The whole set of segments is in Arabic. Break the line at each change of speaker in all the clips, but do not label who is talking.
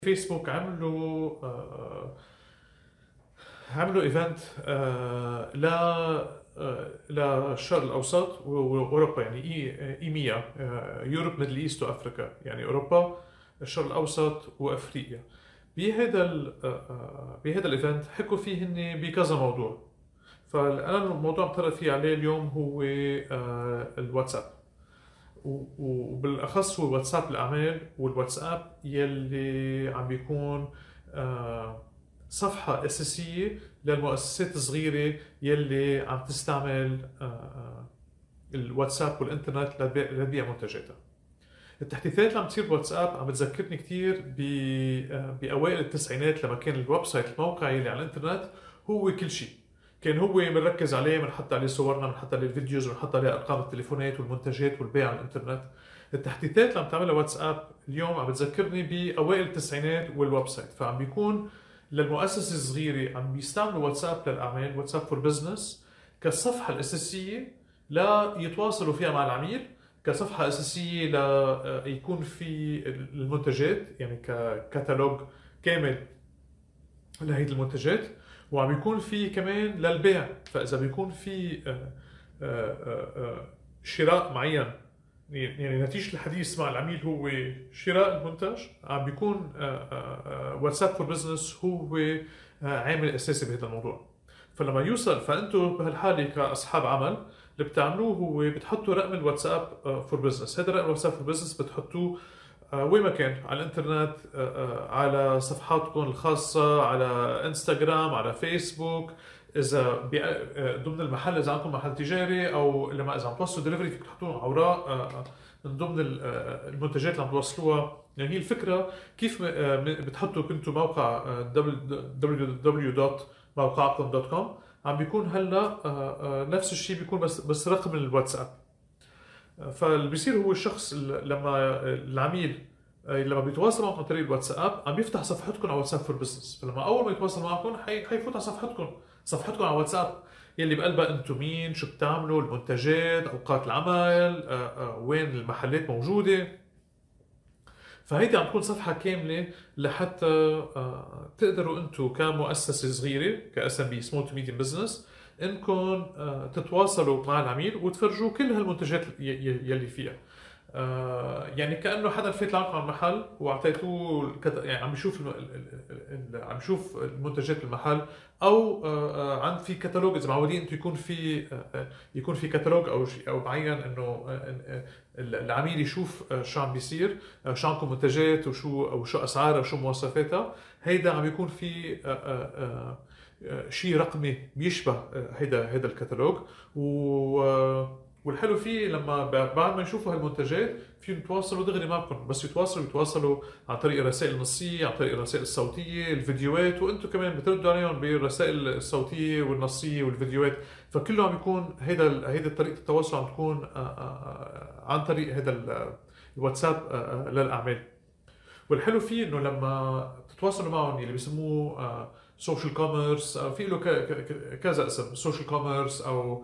فيسبوك عملوا ايفنت ل للشرق الاوسط واوروبا، يعني ايميا، يوروب ميدل ايست وافريكا، يعني اوروبا الشرق الاوسط وافريقيا. بهذا الايفنت حكوا فيه هن بكذا موضوع. فانا الموضوع مطرق فيه عليه اليوم هو الواتساب، وبالاخص هو واتساب الاعمال، والواتساب يلي عم بيكون صفحه اساسيه للمؤسسات الصغيره يلي عم تستعمل الواتساب والانترنت لتبيع منتجاتها. التحديثات اللي عم تصير بواتساب عم بتذكرني كثير باوائل التسعينات، لما كان الويب سايت، الموقع يلي على الانترنت هو كل شيء. كان هو بنركز عليه، بنحط عليه صورنا، بنحط عليه الفيديوز، بنحط عليه ارقام التليفونات والمنتجات والبيع على الانترنت. التحديثات اللي عم تعملها واتساب اليوم عم بتذكرني باوائل التسعينات والويب سايت. فعم بيكون للمؤسسه الصغيره عم بيستعملوا واتساب للاعمال، واتساب فور بزنس، كالصفحه الاساسيه لا يتواصلوا فيها مع العميل، كصفحة أساسية ليكون في المنتجات، يعني ككتالوج كامل لهيدي المنتجات. وعم بيكون في كمان للبيع، فإذا بيكون في شراء معين، يعني نتيجة الحديث مع العميل هو شراء المنتج، عم بيكون واتساب فور بزنس هو عامل أساسي بهذا الموضوع. فلما يوصل، فأنتم بهالحالة كأصحاب عمل اللي بتعملوه هو بتحطوا رقم الواتساب فور بزنس. هذا رقم الواتساب فور بزنس بتحطوه وين ما كان على الانترنت، على صفحاتكم الخاصة، على انستغرام، على فيسبوك، اذا ضمن المحل، اذا عندكم محل تجاري، او لما اذا عم توصلوا دليفري فيك تحطوا اوراق من ضمن المنتجات اللي عم توصلوها. يعني هي الفكرة كيف بتحطوا كنتوا موقع www.موقعكم.com، عم بيكون هلا نفس الشيء بيكون بس رقم الواتساب. فاللي بيصير هو الشخص لما العميل لما بيتواصل معكم عن طريق الواتساب عم بيفتح صفحتكم على واتساب فور بزنس. فلما اول ما يتواصل معكم حيفوت على صفحتكم على واتساب، يلي بقلبها انتم مين، شو بتعملوا، المنتجات، اوقات العمل، وين المحلات موجوده. فهيدي عم تكون صفحه كامله لحتى تقدروا انتم كمؤسسه صغيره، كاس ام بي، سمول تو ميديوم بزنس، انكم تتواصلوا مع العميل وتفرجوه كل هالمنتجات يلي فيها. يعني كانه حدا فات لعندكم على المحل واعطيتوه يعني عم بيشوف عم بيشوف المنتجات بالمحل، او عند في كتالوج، اذا معودين انتم يكون في كتالوج او شيء او معين، انه العميل يشوف شو عم بيصير، شو عندكم منتجات، وشو اسعارها وشو مواصفاتها. هيدا عم بيكون في شيء رقمي بيشبه هيدا الكتالوج. والحلو فيه لما بعد ما يشوفوا هالمنتجات فيهم يتواصلوا دغري معكم، بس يتواصلوا عن طريق الرسائل النصية، عن طريق الرسائل الصوتية، الفيديوهات، وانتم كمان بتردوا عليهم بالرسائل الصوتية والنصية والفيديوهات. فكله عم يكون هيدا طريقة التواصل عم تكون عن طريق هيدا الواتساب للأعمال. والحلو فيه انه لما تتواصلوا معهم اللي بيسموه سوشيال كوميرس، في له كذا اسم، سوشيال كوميرس او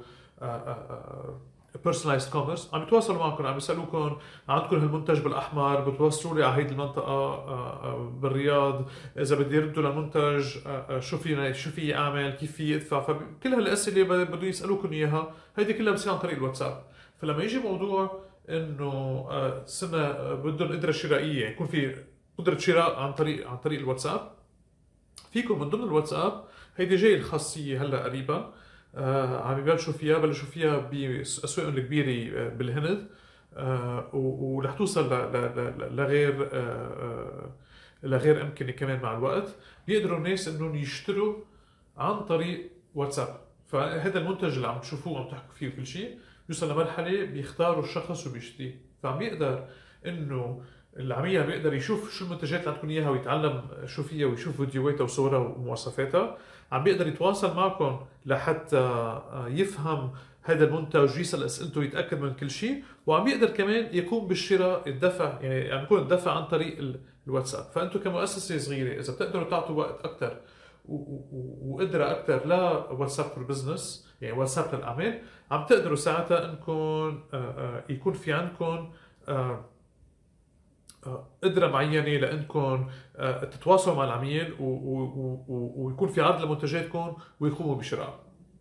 بيرسونلايزد كوميرس، عم يتواصلوا معكم، عم يسالوكم عندكم هالمنتج بالاحمر، بتوصلوا لي على هيدي المنطقه بالرياض، اذا بدي ردوا للمنتج شو في اعمل، كيف في ادفع. فكل هالاسئله بده يسالوكم اياها، هيدي كلها بتصير عن طريق الواتساب. فلما يجي موضوع انه صرنا بدهم قدره شرائيه، يعني يكون في قدره شراء عن طريق الواتساب، فيكم من ضمن الواتساب، هيدي جاي الخاصيه هلا قريبا، عم بلشوا فيها باسواقهم الكبيره بالهند، ورح توصل لغير امكنه كمان مع الوقت. بيقدروا الناس انهم يشتروا عن طريق واتساب. فهذا المنتج اللي عم تشوفوه عم تحكوا فيه وكل شيء بيوصل لمرحله بيختاروا الشخص وبيشتريه. فعم بيقدر انه العميل بيقدر يشوف شو المنتجات اللي عندكم اياها ويتعلم شو فيها ويشوف فيديوهاتها وصورها ومواصفاتها. عم بيقدر يتواصل معكم لحتى يفهم هذا المنتج ويسأل اسئلته ويتاكد من كل شيء. وعم بيقدر كمان يقوم بالشراء، الدفع، يعني عم يكون الدفع عن طريق الواتساب. فانتم كمؤسسه صغيره اذا بتقدروا تعطوا وقت اكثر وقدره اكثر لواتساب فور بزنس، يعني واتساب للاعمال، عم تقدروا ساعتها انكم يكون في عندكم قدرة معينة لأنكم تتواصلوا مع العميل ويكون في عرض لمنتجاتكم ويقوموا بشراء.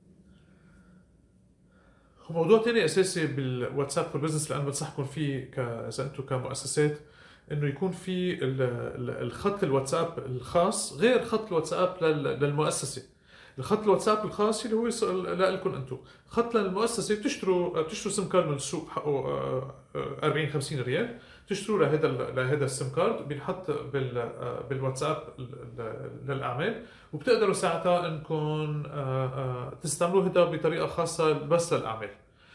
وموضوع تاني أساسي بالواتساب فور بزنس اللي أنا بنصحكم فيه إذا أنتم كمؤسسات، إنه يكون في الخط الواتساب الخاص غير خط الواتساب للمؤسسة. الخط الواتساب الخاص اللي هو لكم أنتم. خط للمؤسسة بتشتروا سيم كارد من السوق حقه 40 50 ريال، تشتروا لهذا السيم كارد بينحط بالواتساب للأعمال، وبتقدروا ساعتها انكم تستعملوه هذا بطريقه خاصه بس للاعمال.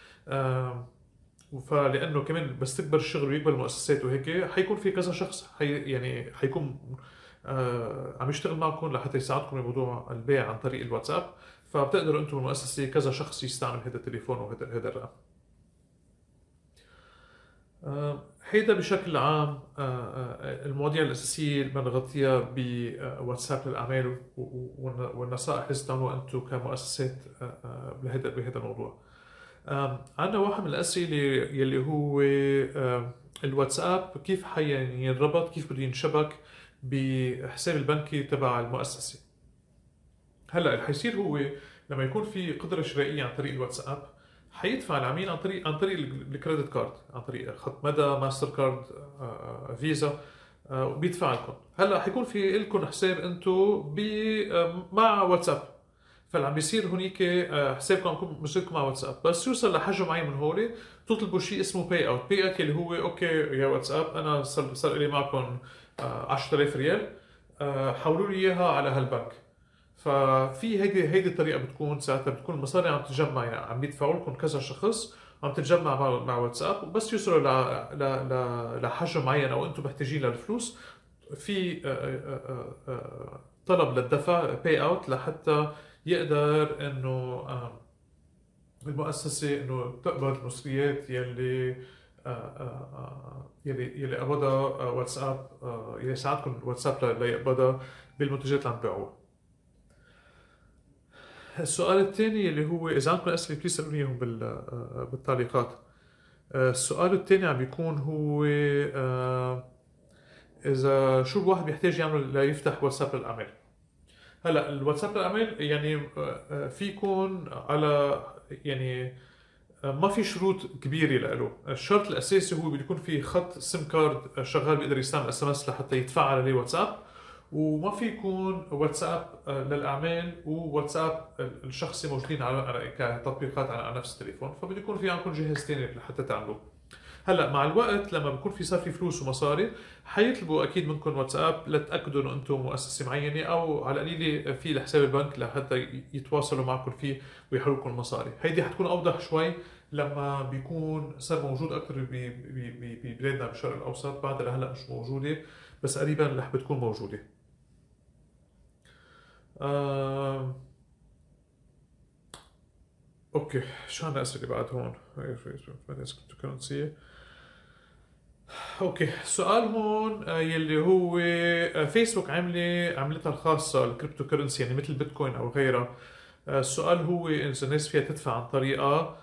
فلانه كمان بس تكبر الشغل ويكبر المؤسسات وهيك، حيكون في كذا شخص يعني حيكون عم يشتغل معكم لحتى يساعدكم بموضوع البيع عن طريق الواتساب. فبتقدروا انتم المؤسسه كذا شخص يستعمل هذا التليفون وهذا الرقم. هيدا بشكل عام المواضيع الأساسية اللي بنغطيها بواتساب للأعمال والنصائح اللي تستعملوها أنتم كمؤسسات بهذا الموضوع. عندنا واحد من الأسئلة يلي هو الواتساب كيف حينربط، كيف بده ينشبك بحساب البنكي تبع المؤسسة. هلا اللي حيصير هو لما يكون في قدرة شرائية عن طريق الواتساب، حيدفع العميل عن طريق الكريدت كارد، عن طريق خط مدى، ماستر كارد، فيزا، بيدفع لكم. هلا حيكون في لكم حساب انتم مع واتساب، فاللي عم بيصير هنيك حسابكم عم يكون مشترك مع واتساب، بس يوصل لحجم معين من هول تطلبوا شيء اسمه باي اوت. باي اوت اللي هو اوكي يا واتساب انا صار لي معكم 10000 ريال، حولوا لي اياها على هالبنك. ففي هيدي الطريقه بتكون ساعتها بتكون المصاري عم تتجمع، يعني عم يدفعوا لكم كذا شخص عم تتجمع مع واتساب، وبس يوصلوا لحجم معين او انتم محتاجين للفلوس، في طلب للدفع باي اوت لحتى يقدر انه المؤسسه انه تقبض المصريات يلي قبضها واتساب، يلي ساعدكم واتساب ليقبضها بالمنتجات اللي عم تبيعوها. السؤال الثاني اللي هو اذا عندكم اسئله بليز سالوني اياهم بالتعليقات. السؤال الثاني عم بيكون هو اذا شو الواحد بيحتاج يعمل ليفتح واتساب للاعمال. هلا الواتساب للاعمال يعني فيكون على يعني ما في شروط كبيره له. الشرط الاساسي هو بده يكون في خط سيم كارد شغال بيقدر يستعمل اس ام اس لحتى يتفاعل عليه واتساب، وما في يكون واتساب للاعمال وواتساب الشخصي موجودين على كتطبيقات على نفس التليفون، فبده يكون في عندكم جهاز ثاني لحتى تعملوه. هلا مع الوقت لما بكون صار في فلوس ومصاري، حيطلبوا اكيد منكم واتساب لتاكدوا انه انتم مؤسسه معينه، او على القليله في لحساب البنك لحتى يتواصلوا معكم فيه ويحولوا لكم المصاري. هيدي حتكون اوضح شوي لما بيكون صار موجود اكثر ببلادنا بالشرق الاوسط. بعد لهلا مش موجوده، بس قريبا رح بتكون موجوده. اوكي، شو عندنا اسئله بعد هون؟ اوكي، سؤال هون يلي هو فيسبوك عملتها الخاصة الكريبتو كرنسي، يعني مثل بيتكوين او غيرها. السؤال هو اذا الناس فيها تدفع عن طريقة.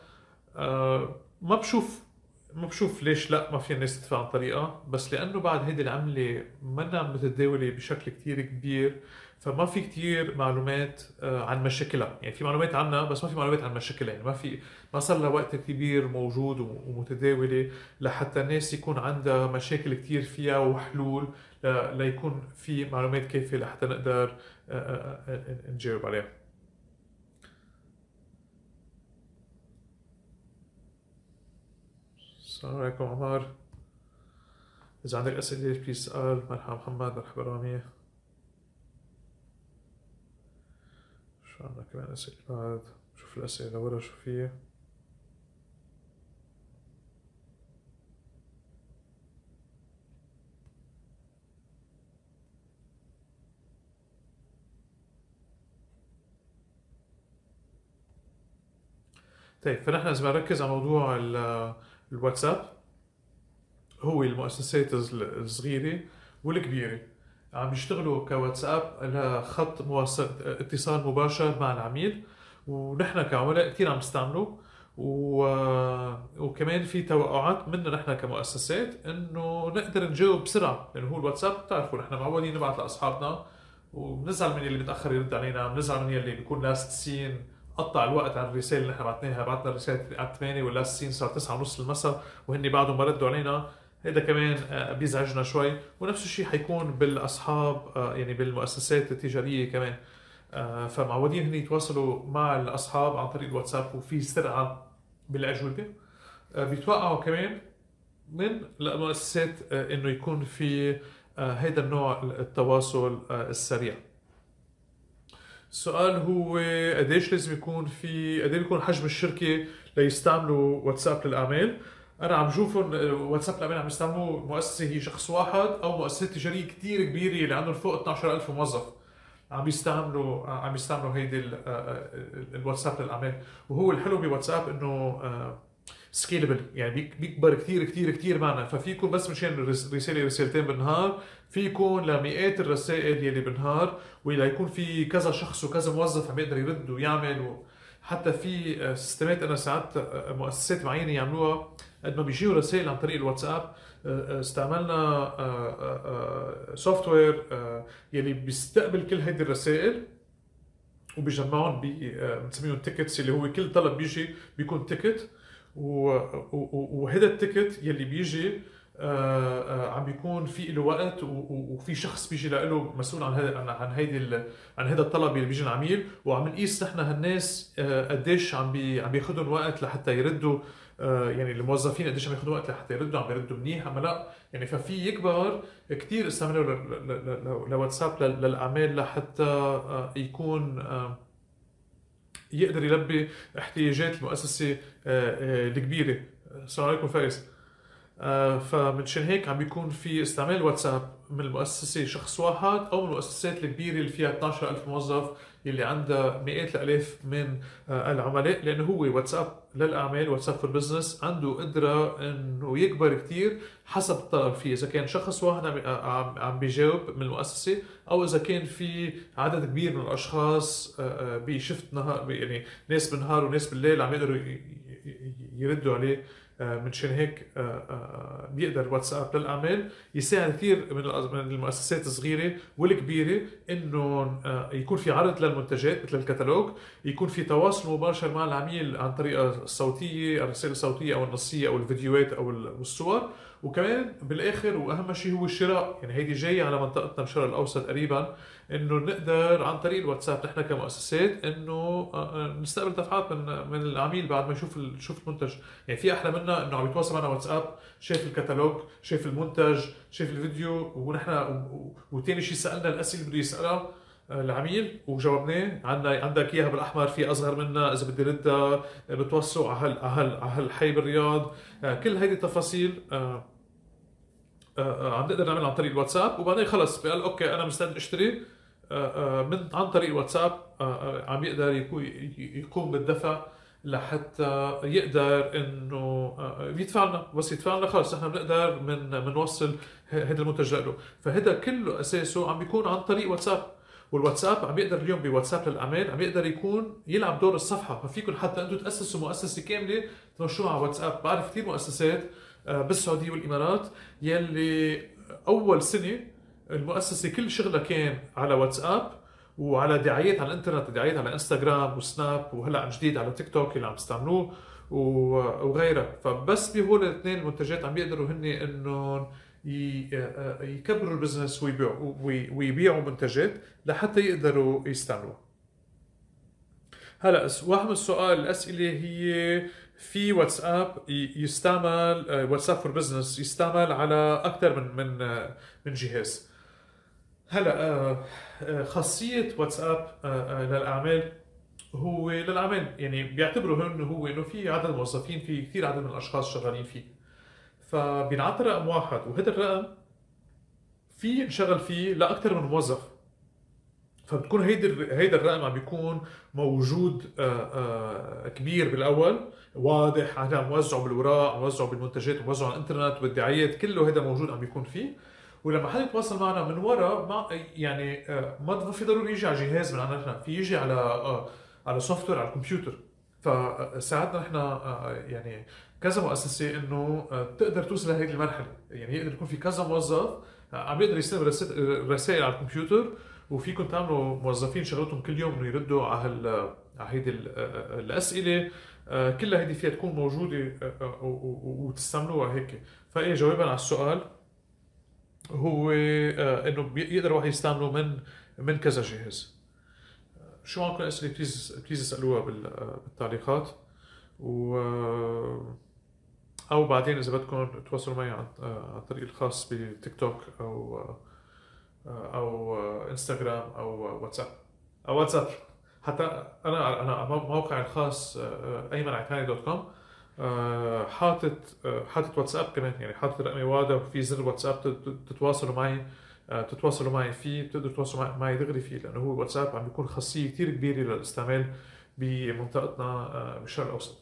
ما بشوف ليش لا ما في الناس تدفع عن طريقة، بس لانه بعد هيدي العملة منا متداولة بشكل كتير كبير، فما في كتير معلومات عن مشاكلها. يعني في معلومات عنها بس ما في معلومات عن مشاكلها، يعني ما صار لها وقت كبير موجود ومتداولة لحتى الناس يكون عندها مشاكل كتير فيها وحلول ليكون في معلومات كافية لحتى نقدر نجاوب عليها. السلام عليكم عمار، إذا عندك أسئلة بليز اسأل. مرحبا محمد، مرحبا رامي. شو عندنا كمان أسئلة بعد؟ شوف الأسئلة لورا شو فيه. طيب، فنحن إذا بنركز على موضوع الواتساب، هو المؤسسات الصغيرة والكبيرة عم يشتغلوا كواتساب لخط اتصال مباشر مع العميل، ونحن كعملاء كثير عم نستعمله. وكمان في توقعات منا نحن كمؤسسات انه نقدر نجاوب بسرعه، لانه هو الواتساب بتعرفوا نحن معودين نبعث لاصحابنا وبنزعل من اللي بتاخر يرد علينا، بنزعل من اللي بيكون لاست سين قطع الوقت عن الرساله اللي نحن بعثناها، بعثنا الرساله على 8 واللاست سين صار 9 ونص المساء وهن بعدهم ما ردوا علينا. هذا كمان بيزعجنا شوي. ونفس الشيء حيكون بالاصحاب يعني بالمؤسسات التجاريه كمان. فمعودين هن يتواصلوا مع الاصحاب عن طريق الواتساب وفي سرعه بالاجوبه. بيتوقعوا كمان من المؤسسات انه يكون في هذا النوع التواصل السريع. السؤال هو قديش لازم يكون في، قديش بيكون حجم الشركه ليستعملوا واتساب للاعمال؟ انا عم شوفهم واتساب للاعمال عم يستعملوا مؤسسه هي شخص واحد او مؤسسات تجاريه كثير كبيره اللي عندهم فوق 12000 موظف عم يستعملوا هيدي الواتساب للاعمال. وهو الحلو بواتساب انه سكيلبل، يعني بيكبر كثير كثير كثير معنا، ففي يكون بس مشان رساله رسالتين بالنهار، في يكون لمئات الرسائل يلي بالنهار، ولا يكون في كذا شخص وكذا موظف عم يقدر يرد ويعمل حتى في سيستمات انا ساعات مؤسسات معينه يعملوها قد ما بيجيوا رسائل عن طريق الواتساب. استعملنا سوفت وير يلي بيستقبل كل هيدي الرسائل وبيجمعهم بنسميهم تيكتس، اللي هو كل طلب بيجي بيكون تيكت، وهذا التيكت يلي بيجي عم بيكون في له وقت وفي شخص بيجي له مسؤول عن هذا الطلب اللي بيجي العميل، وعم نقيس نحن هالناس قديش عم بياخذهم وقت لحتى يردوا. يعني الموظفين قديش عم ياخذوا وقت لحتى يردوا، عم بيردوا منيح اما لا. يعني ففي يكبر كثير استعملوا لواتساب للاعمال لحتى يكون يقدر يلبي احتياجات المؤسسه الكبيره. السلام عليكم فايز. فمنشان هيك عم بيكون في استعمال واتساب من المؤسسة شخص واحد أو من المؤسسات الكبيرة اللي فيها 12000 موظف اللي عندها مئات الآلاف من العملاء، لأنه هو واتساب للأعمال، واتساب فور بزنس عنده قدرة إنه يكبر كتير حسب الطلب فيه. إذا كان شخص واحد عم بيجاوب من المؤسسة، أو إذا كان في عدد كبير من الأشخاص بشفت نهار، يعني ناس بالنهار وناس بالليل عم يقدروا يردوا عليه. منشان هيك بيقدر واتساب للأعمال يساعد كثير من المؤسسات الصغيرة والكبيرة إنه يكون في عرض للمنتجات مثل الكتالوج، يكون في تواصل مباشر مع العميل عن طريق الصوتية، الرسائل الصوتية أو النصية أو الفيديوهات أو الصور. وكمان بالآخر وأهم شيء هو الشراء. يعني هيدي جاية على منطقتنا بالشرق الأوسط قريبا، إنه نقدر عن طريق الواتساب نحن كمؤسسات إنه نستقبل دفعات من العميل بعد ما يشوف المنتج. يعني في احلى منا انه عم يتواصل معنا واتساب، شايف الكتالوج، شايف المنتج، شايف الفيديو، ونحن وتاني شيء سالنا الاسئله اللي بده يسالها العميل وجاوبناه. عندك اياها بالاحمر، في اصغر منا اذا بدي ردها بتوصوا على هالحي بالرياض. كل هيدي التفاصيل عم نقدر نعمل عن طريق الواتساب. وبعدين خلص قال اوكي انا مستعد اشتري عن طريق الواتساب، عم يقدر يقوم بالدفع لحتى يقدر انه يدفع لنا. بس يدفع لنا خلص احنا بنقدر بنوصل هذا المنتج له. فهذا كله اساسه عم بيكون عن طريق واتساب. والواتساب عم يقدر اليوم بواتساب للاعمال عم يقدر يكون يلعب دور الصفحه. ففيكم حتى انتم تاسسوا مؤسسه كامله تمشوها على واتساب. بعرف كثير مؤسسات بالسعوديه والامارات يلي اول سنه المؤسسه كل شغلها كان على واتساب وعلى دعايات على الانترنت، دعايات على انستغرام وسناب، وهلا عن جديد على تيك توك اللي عم تستعملوه وغيرها. فبس بهول الاثنين المنتجات عم بيقدروا هن انهم يكبروا البزنس ويبيعوا منتجات لحتى يقدروا يستعملوها. هلا واحد من الاسئله هي في واتساب يستعمل واتساب فور بزنس يستعمل على اكثر من جهاز. هلا خاصية واتساب للأعمال، هو للأعمال يعني بيعتبروا انه في عدد موظفين، في كثير عدد من الأشخاص شغالين فيه، فبينعطى رقم واحد، وهذا الرقم في ينشغل فيه لأكثر من موظف. فبتكون هيدا الرقم عم بيكون موجود كبير بالاول، واضح، عم موزعه بالوراق، موزعه بالمنتجات، موزعه على الانترنت والدعايات، كله هذا موجود عم بيكون فيه. ولما حدا يتواصل معنا من وراء ما في ضروري يجي على جهاز من عندنا، في يجي على سوفت وير على الكمبيوتر. فساعدنا نحن يعني كذا مؤسسه انه تقدر توصل لهذه المرحله، يعني يقدر يكون في كذا موظف عم يقدر يستلم رسائل على الكمبيوتر، وفيكم تعملوا موظفين شغلتهم كل يوم انه يردوا على على هيدي الاسئله كلها. هيدي فيها تكون موجوده وتستعملوها هيك. فايه جوابا على السؤال هو انه يقدر الواحد يستعمله من كذا جهاز. شو عندكم اسئله؟ بليز اسالوها بالتعليقات، و او بعدين اذا بدكم تواصلوا معي عن الطريق الخاص بتيك توك او انستغرام او واتساب او واتساب. حتى انا موقعي الخاص aymanعتاني.com حاطط واتساب كمان، يعني حاطط رقمي وادا وفي زر واتساب تتواصلوا معي فيه، بتقدروا تتواصلوا معي دغري فيه، لانه هو واتساب عم بيكون خاصيه كثير كبيره للاستعمال بمنطقتنا بالشرق الاوسط.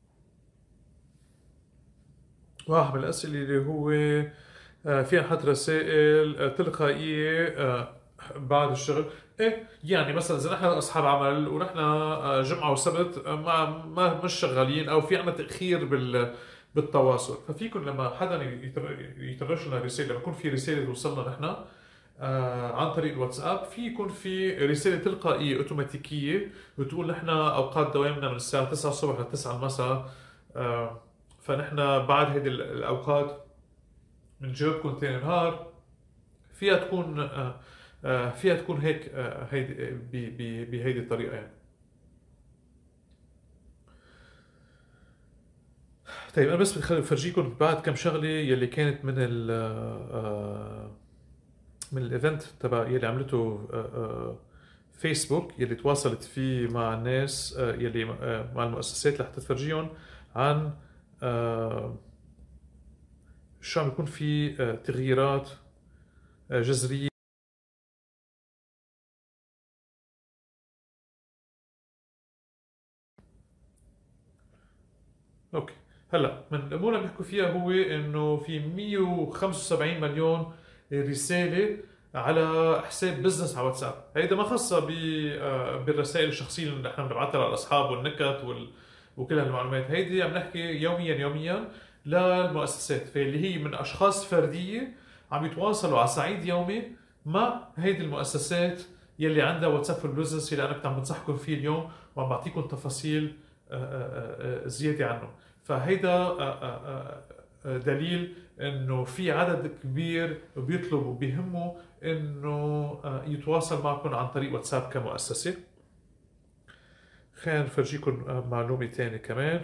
واحد من الاسئله اللي هو فينا نحط رسائل تلقائيه بعد الشغل. ايه يعني مثلا اذا نحن اصحاب عمل ونحن جمعه وسبت ما مش شغالين، او في عنا تاخير بالتواصل، ففيكم لما حدا يترجم لنا رساله، لما يكون في رساله توصلنا نحن عن طريق الواتساب، في يكون في رساله تلقائيه اوتوماتيكيه بتقول نحن اوقات دوامنا من الساعه 9 الصبح ل 9 المساء، فنحن بعد هذه الاوقات بنجاوبكم ثاني نهار. فيها تكون فيها تكون هيك هيدي بهيدي الطريقه يعني. طيب انا بس بفرجيكم بعد كم شغله يلي كانت من ال من الايفنت تبع يلي عملته فيسبوك، يلي تواصلت فيه مع الناس يلي مع المؤسسات لحتى تفرجيهم عن شو عم يكون في تغييرات جذريه. اوكي، هلا من الامور اللي بيحكوا فيها هو انه في 175 مليون رساله على حساب بزنس على واتساب. هيدا ما خاصه بالرسائل الشخصيه اللي نحن بنبعثها للاصحاب والنكت وكل هالمعلومات. هيدي عم نحكي يوميا للمؤسسات، فاللي هي من اشخاص فرديه عم يتواصلوا على صعيد يومي مع هيدي المؤسسات يلي عندها واتساب في البزنس اللي انا كنت عم بنصحكم فيه اليوم، وعم بعطيكم تفاصيل زياده عنه. فهيدا دليل انه في عدد كبير بيطلب وبيهمه انه يتواصل معكم عن طريق واتساب كمؤسسه. خلينا نفرجيكم معلومه ثانيه كمان.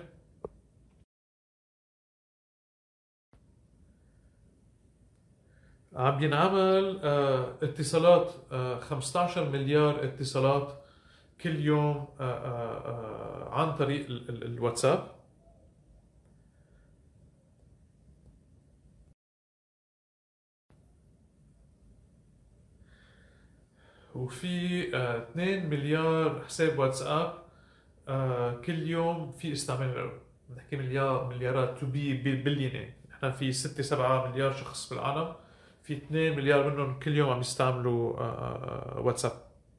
عم ينعمل اتصالات 15 مليار اتصالات كل يوم عن طريق الواتساب. وفي 2 مليار حساب واتساب كل يوم في استعمال له. بنحكي مليارات تو بي بليونين. نحن في 6 7 مليار شخص بالعالم، في 2 مليار منهم كل يوم عم يستعملوا واتساب.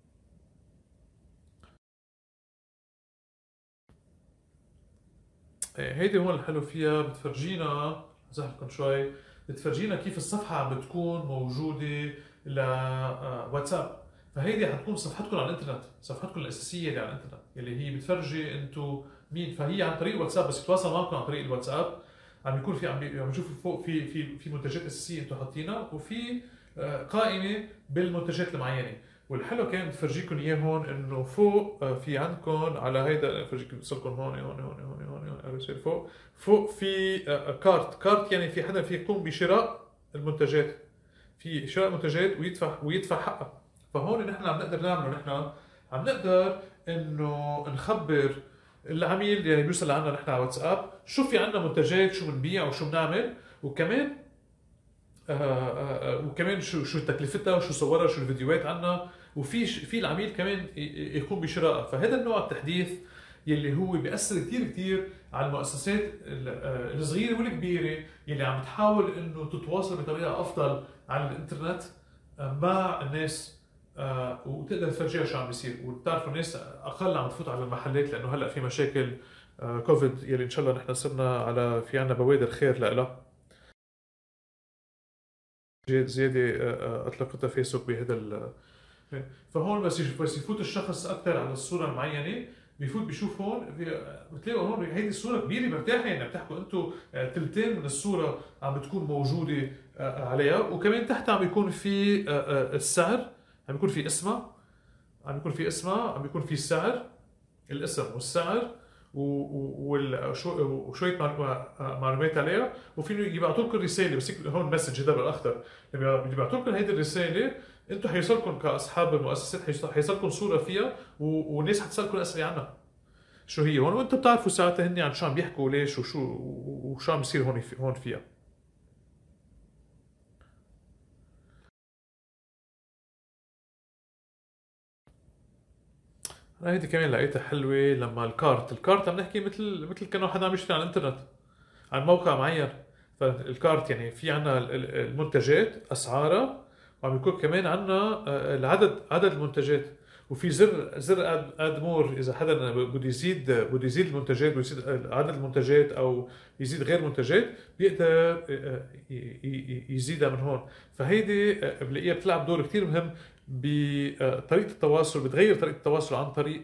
هيدي هون الحلو فيها، بتفرجينا زحلكم شوي، بتفرجينا كيف الصفحة عم بتكون موجودة لواتساب. فهيدي حتكون صفحتكم على الانترنت، صفحتكم الأساسية اللي على الانترنت اللي هي بتفرجي انتم مين. فهي عن طريق الواتساب، بس يتواصل معكم عن طريق الواتساب عم يكون في عم يشوفوا فوق في منتجات أساسية انتم حاطينها، وفي قائمة بالمنتجات المعينة. والحلو كان بفرجيكم اياه هون انه فوق في عندكم على هيدا، فرجيكم بوصلكم هون على فوق في كارت يعني في حدا في يقوم بشراء المنتجات، في شراء منتجات ويدفع حقها. فهون نحن عم نقدر نعمله، نحن عم نقدر انه نخبر العميل يعني بيوصل لعنا نحن على واتساب شو في عنا منتجات، شو بنبيع وشو بنعمل، وكمان وكمان شو تكلفتها وشو صورها وشو الفيديوهات عنها، في العميل كمان يقوم بشرائها. فهذا النوع التحديث يلي هو بيأثر كتير على المؤسسات الصغيرة والكبيرة يلي عم تحاول انه تتواصل بطريقة افضل على الانترنت مع الناس وتقدر تفرجيها شو عم بيصير. وبتعرفوا الناس اقل عم تفوت على المحلات لانه هلا في مشاكل كوفيد، يلي ان شاء الله نحن صرنا على في عنا بوادر خير لها. زياده اطلقتها فيسبوك بهذا فهون بس يفوت الشخص اكثر على الصوره المعينه، بيفوت بيشوف هون بتلاقوا هون هيدي الصوره كبيره مرتاحه، يعني بتحكوا انتم ثلثين من الصوره عم بتكون موجوده عليها، وكمان تحت عم بيكون في السعر، عم بيكون في اسمها، عم بيكون في السعر، الاسم والسعر وشويه معلومات عليها، وفي يبعثوا لكم رساله، بس هون مسج هذا بالاخضر، لما بيبعثوا لكم هيدي الرساله انتم حيوصلكم كاصحاب المؤسسات، حيوصلكم صوره فيها والناس حتسالكم اسئله عنها شو هي هون، وانتم بتعرفوا ساعتها هن عن شو عم بيحكوا وليش وشو عم بيصير هون فيها. انا هيدي كمان لقيتها حلوه، لما الكارت عم نحكي مثل كانه حدا عم يشتري على الانترنت عن موقع معين. فالكارت يعني في عنا المنتجات اسعارها، وعم يكون كمان عنا عدد المنتجات، وفي زر اد مور اذا حدا بده يزيد المنتجات، بده يزيد عدد المنتجات او يزيد غير منتجات، بيقدر يزيدها من هون. فهيدي بلاقيها بتلعب دور كثير مهم بطريقه التواصل، بتغير طريقه التواصل عن طريق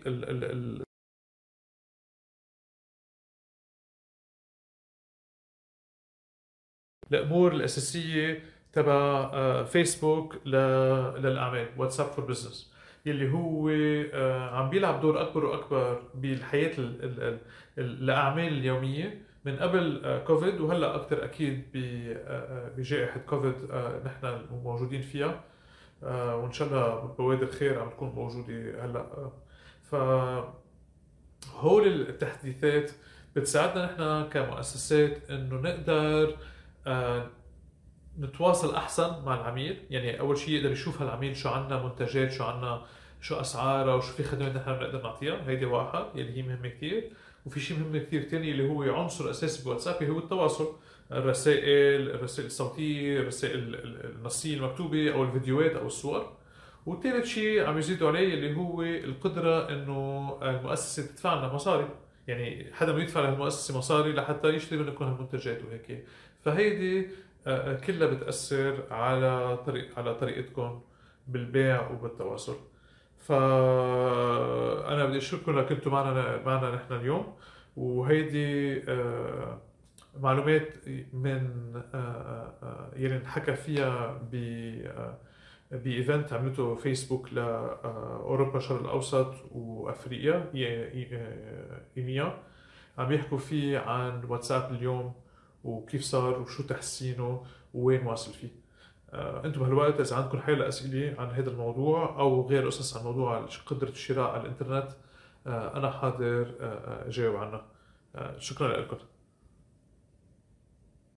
الامور الاساسيه تبع فيسبوك للاعمال، واتساب فور بزنس، يلي هو عم بيلعب دور اكبر واكبر بالحياه الاعمال اليوميه من قبل كوفيد، وهلا اكثر اكيد بجائحه كوفيد نحن موجودين فيها. وان شاء الله بوادر خير عم تكون موجوده هلا. ف هول التحديثات بتساعدنا نحن كمؤسسات انه نقدر آه، نتواصل احسن مع العميل. يعني اول شيء يقدر يشوف هالعميل شو عندنا منتجات، شو عندنا، شو اسعارها، وشو في خدمات نحن بنقدر نعطيها. هيدي واحد يلي هي مهمه كثير. وفي شيء مهم كثير ثاني اللي هو عنصر اساسي بواتساب، اللي هو التواصل، الرسائل الصوتيه، الرسائل النصيه المكتوبه او الفيديوهات او الصور. وثالث شيء عم يزيدوا عليه اللي هو القدره انه المؤسسه تدفع لنا مصاري، يعني حدا بده يدفع للمؤسسه مصاري لحتى يشتري منكم هالمنتجات وهيك. فهيدي كلها بتأثر على طريقتكم بالبيع وبالتواصل. فأنا بدي أشكركم لكم كنتوا معنا نحن اليوم. وهيدي معلومات من يلي انحكى فيها بإيفنت عملته فيسبوك لأوروبا الشرق الأوسط وأفريقيا، هي إيميا، عم يحكوا فيه عن واتساب اليوم وكيف صار وشو تحسينه ووين واصل فيه. انتم بهالوقت اذا عندكم حيل اسئله عن هذا الموضوع او غير قصص عن موضوع قدره الشراء على الانترنت، انا حاضر اجاوب عنها. شكرا لكم.